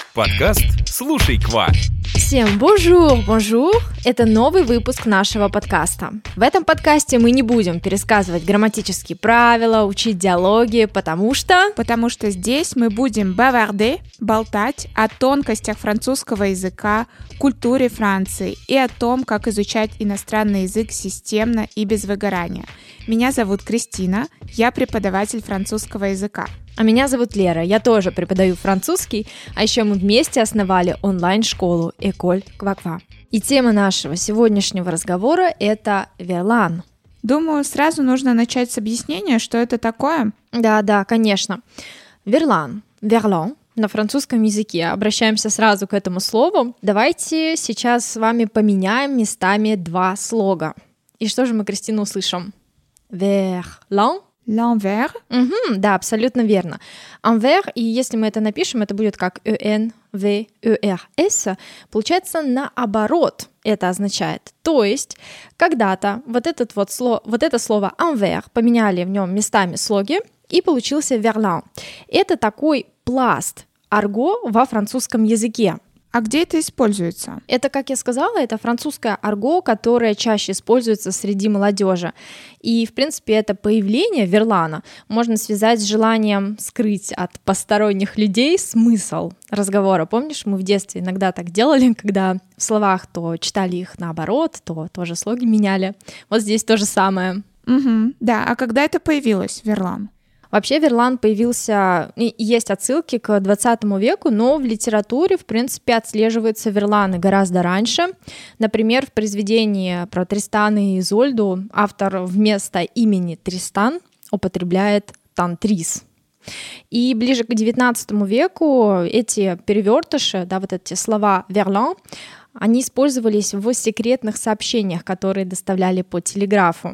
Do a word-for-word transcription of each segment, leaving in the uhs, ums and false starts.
Подкаст «Слушай, Ква». Всем бонжур, бонжур! Это новый выпуск нашего подкаста. В этом подкасте мы не будем пересказывать грамматические правила, учить диалоги, потому что... Потому что здесь мы будем баварде, болтать о тонкостях французского языка, культуре Франции и о том, как изучать иностранный язык системно и без выгорания. Меня зовут Кристина, я преподаватель французского языка. А меня зовут Лера, я тоже преподаю французский, а еще мы вместе основали онлайн-школу École Ква-Ква. И тема нашего сегодняшнего разговора – это верлан. Думаю, сразу нужно начать с объяснения, что это такое. Да-да, конечно. Верлан, верлан на французском языке. Обращаемся сразу к этому слову. Давайте сейчас с вами поменяем местами два слога. И что же мы, Кристина, услышим? Верлан. L'envers. Угу, да, абсолютно верно. Envers, и если мы это напишем, это будет как en, v, er, получается наоборот это означает. То есть когда-то вот, этот вот, сло, вот это слово envers поменяли в нем местами слоги, и получился верлан. Это такой пласт арго во французском языке. А где это используется? Это, как я сказала, это французское арго, которое чаще используется среди молодежи. И, в принципе, это появление верлана можно связать с желанием скрыть от посторонних людей смысл разговора. Помнишь, мы в детстве иногда так делали, когда в словах то читали их наоборот, то тоже слоги меняли. Вот здесь то же самое. Угу, да, а когда это появилось, верлан? Вообще верлан появился, есть отсылки к двадцатому веку, но в литературе, в принципе, отслеживаются верланы гораздо раньше. Например, в произведении про Тристана и Изольду автор вместо имени Тристан употребляет тантрис. И ближе к девятнадцатому веку эти перевертыши, да, вот эти слова верлан, они использовались в секретных сообщениях, которые доставляли по телеграфу.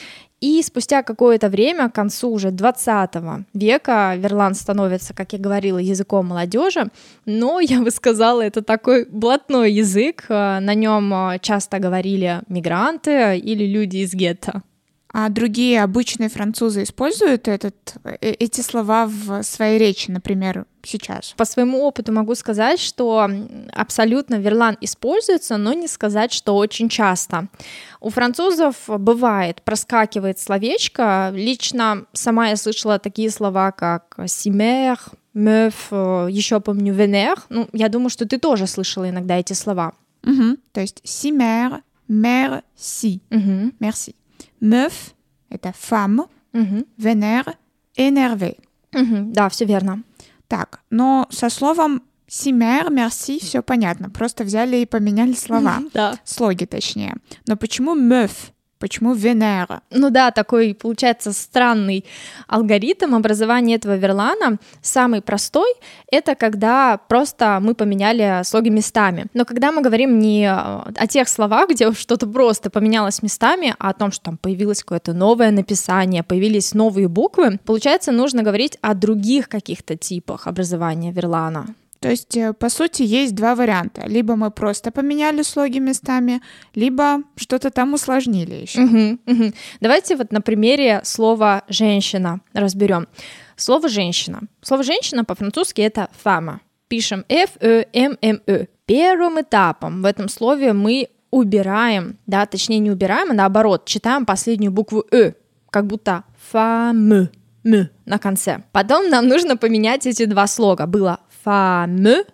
И спустя какое-то время, к концу уже двадцатого века, верлан становится, как я говорила, языком молодежи, но, я бы сказала, это такой блатной язык, на нем часто говорили мигранты или люди из гетто. А другие обычные французы используют этот, эти слова в своей речи, например, сейчас? По своему опыту могу сказать, что абсолютно верлан используется, но не сказать, что очень часто. У французов бывает, проскакивает словечко. Лично сама я слышала такие слова, как «симер», «меф», еще помню «венер». Ну, я думаю, что ты тоже слышала иногда эти слова. Угу. То есть «симер», «мерси», угу. «мерси». Meuf — это femme, угу. vénère — énervé. Угу, да, все верно. Так, но со словом «симер», «мерси» все понятно, просто взяли и поменяли слова, да. Слоги точнее. Но почему meuf? Почему vénère? Ну да, такой, получается, странный алгоритм образования этого верлана. Самый простой — это когда просто мы поменяли слоги местами. Но когда мы говорим не о тех словах, где что-то просто поменялось местами, а о том, что там появилось какое-то новое написание, появились новые буквы, получается, нужно говорить о других каких-то типах образования верлана. То есть, по сути, есть два варианта. Либо мы просто поменяли слоги местами, либо что-то там усложнили еще. Угу, угу. Давайте вот на примере слова «женщина» разберем. Слово «женщина». Слово «женщина» по-французски это «femme». Пишем F-E-M-M-E. Первым этапом в этом слове мы убираем, да, точнее не убираем, а наоборот, читаем последнюю букву «э», как будто «femme», «м» на конце. Потом нам нужно поменять эти два слога. Было «femme»,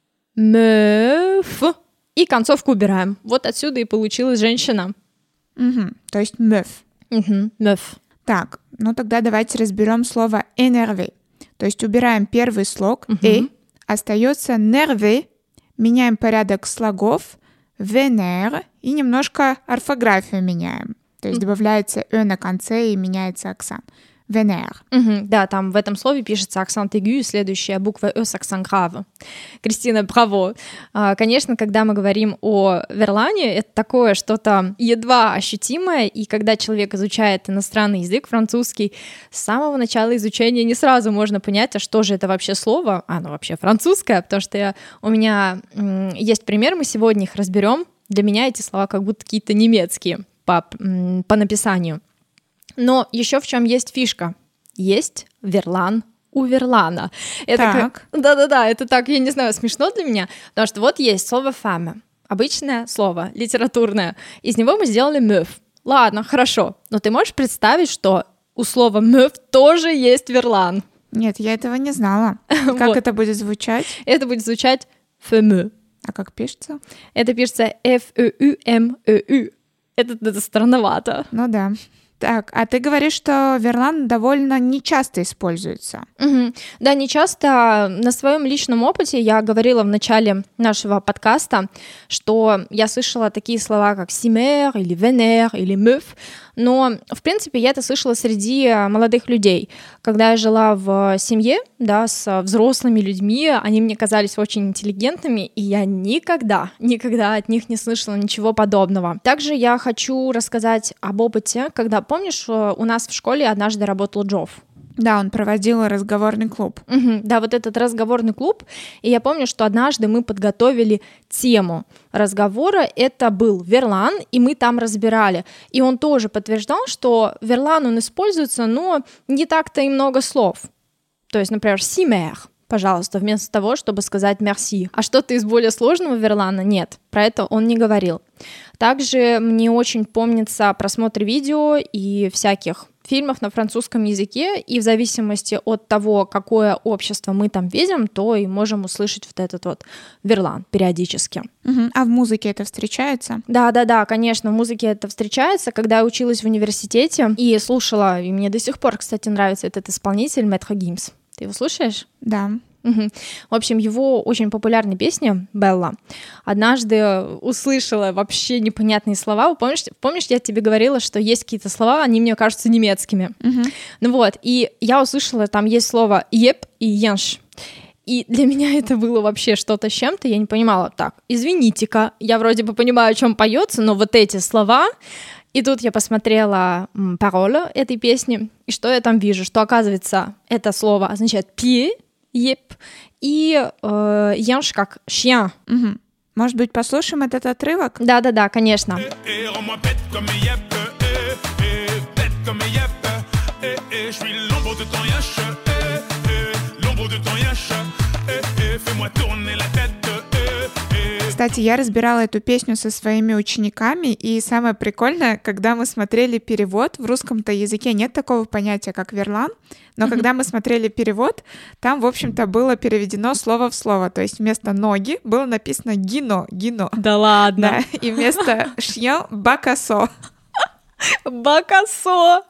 «meuf», и концовку убираем. Вот отсюда и получилась «женщина». Угу, то есть «meuf». Угу, «meuf». Так, ну тогда давайте разберем слово «énervé». То есть убираем первый слог угу. «э», остается «nervé», меняем порядок слогов, «vénère» и немножко орфографию меняем. То есть добавляется «э» на конце и меняется акцент. Vénère. Угу, да, там в этом слове пишется акцент aigu, следующая буква «э» с акцент grave. Кристина, браво! А, конечно, когда мы говорим о верлане, это такое что-то едва ощутимое, и когда человек изучает иностранный язык, французский, с самого начала изучения не сразу можно понять, а что же это вообще слово, а оно вообще французское, потому что я, у меня м, есть пример, мы сегодня их разберем. Для меня эти слова как будто какие-то немецкие по, м, по написанию. Но еще в чем есть фишка? Есть верлан у Верлана. Это Так. как... Да-да-да, это так, я не знаю, смешно для меня, потому что вот есть слово «femme», обычное слово, литературное, из него мы сделали «meuf». Ладно, хорошо, но ты можешь представить, что у слова «meuf» тоже есть Верлан? Нет, я этого не знала. Как Вот. это будет звучать? Это будет звучать «femme». А как пишется? Это пишется F-E-U-M-E-U. Это, это странновато. Ну да. Так, а ты говоришь, что Верлан довольно нечасто используется. Мгм. Да, не часто. На своем личном опыте я говорила в начале нашего подкаста, что я слышала такие слова, как «симер» или «венер» или «мёв», но, в принципе, я это слышала среди молодых людей. Когда я жила в семье, да, с взрослыми людьми, они мне казались очень интеллигентными, и я никогда, никогда от них не слышала ничего подобного. Также я хочу рассказать об опыте, когда, помнишь, у нас в школе однажды работал Джофф. Да, он проводил разговорный клуб. Мгм. Да, вот этот разговорный клуб. И я помню, что однажды мы подготовили тему разговора. Это был Верлан, и мы там разбирали. И он тоже подтверждал, что Верлан, он используется, но не так-то и много слов. То есть, например, «симер», пожалуйста, вместо того, чтобы сказать «мерси». А что-то из более сложного Верлана нет. Про это он не говорил. Также мне очень помнится просмотр видео и всяких фильмов на французском языке, и в зависимости от того, какое общество мы там видим, то и можем услышать вот этот вот Верлан периодически. Мгм. А в музыке это встречается? Да-да-да, конечно, в музыке это встречается. Когда я училась в университете и слушала, и мне до сих пор, кстати, нравится этот исполнитель Мэтр Гимс. Ты его слушаешь? Да. Мгм. В общем, его очень популярная песня «Белла» однажды услышала вообще непонятные слова. Помнишь, помнишь, я тебе говорила, что есть какие-то слова, они мне кажутся немецкими. Мгм. Ну вот, и я услышала, там есть слово «еп» и «янш». И для меня это было вообще что-то с чем-то, я не понимала. Так, извините-ка, я вроде бы понимаю, о чем поется, но вот эти слова... И тут я посмотрела м, пароль этой песни, и что я там вижу? Что, оказывается, это слово означает «pied», «еп», и э, «янш» как «chien». Мгм. Может быть, послушаем этот отрывок? Да-да-да, конечно. Et rends-moi bête comme Yep, eh, eh, bête comme Yep, eh, eh, je suis l'ombre de ton yash, eh, eh, l'ombre de ton yash, eh, eh, fais-moi tourner la tête, eh, eh. Кстати, я разбирала эту песню со своими учениками, и самое прикольное, когда мы смотрели перевод, в русском-то языке нет такого понятия, как Верлан, но когда мы смотрели перевод, там, в общем-то, было переведено слово в слово, то есть вместо «ноги» было написано «гино», «гино». Да ладно. Да, и вместо «шьен» — «бакасо». Бакасо.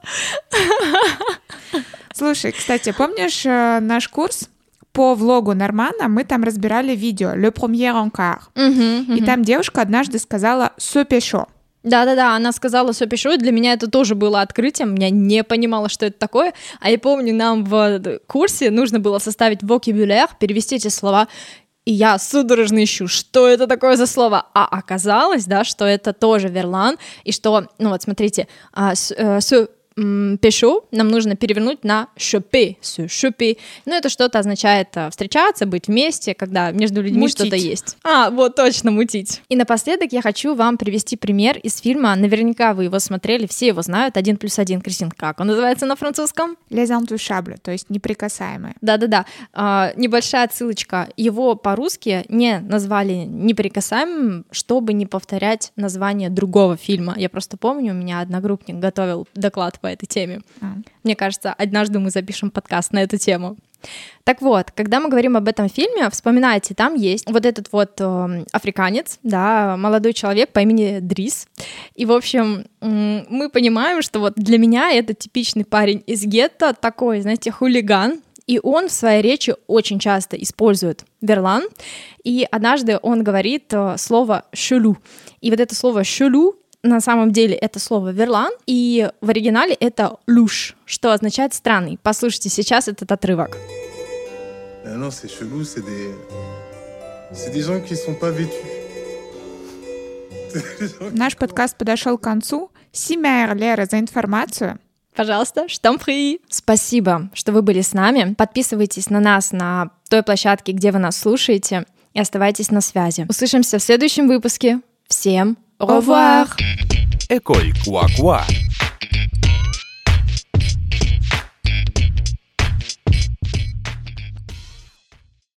Слушай, кстати, помнишь э, наш курс по влогу Нормана? Мы там разбирали видео «Le premier encart». Мгм, И мгм. там девушка однажды сказала «se pécho». Да-да-да, она сказала «все пишу», и для меня это тоже было открытием, я не понимала, что это такое, а я помню, нам в курсе нужно было составить vocabulaire, перевести эти слова, и я судорожно ищу, что это такое за слово, а оказалось, да, что это тоже Верлан, и что, ну вот смотрите, а, с- э, «se м, pécho» нам нужно перевернуть на «choper», «se choper», ну это что-то означает а, встречаться, быть вместе, когда между людьми Мутить. что-то есть. А, вот точно, мутить. И напоследок я хочу вам привести пример из фильма, наверняка вы его смотрели, все его знают, «Один плюс один», Кристин, как он называется на французском? «Les intouchables», то есть неприкасаемые. Да-да-да, а, небольшая отсылочка. Его по-русски не назвали неприкасаемым, чтобы не повторять название другого фильма. Я просто помню, у меня одногруппник готовил доклад по этой теме. А. Мне кажется, однажды мы запишем подкаст на эту тему. Так вот, когда мы говорим об этом фильме, вспоминайте, там есть вот этот вот э, африканец, да, молодой человек по имени Дрис. И, в общем, м, мы понимаем, что вот для меня это типичный парень из гетто, такой, знаете, хулиган. И он в своей речи очень часто использует Верлан. И однажды он говорит э, слово «шелу». И вот это слово «шелу» на самом деле это слово Верлан, и в оригинале это «луш», что означает «странный». Послушайте сейчас этот отрывок. Ah non, c'est chelou, c'est des... C'est des gens qui sont pas vêtus. C'est des gens qui- Наш подкаст подошел к концу. Симер, Лера, за информацию. Пожалуйста, штамфри. Спасибо, что вы были с нами. Подписывайтесь на нас на той площадке, где вы нас слушаете, и оставайтесь на связи. Услышимся в следующем выпуске. Всем au revoir! École Quoi Quoi.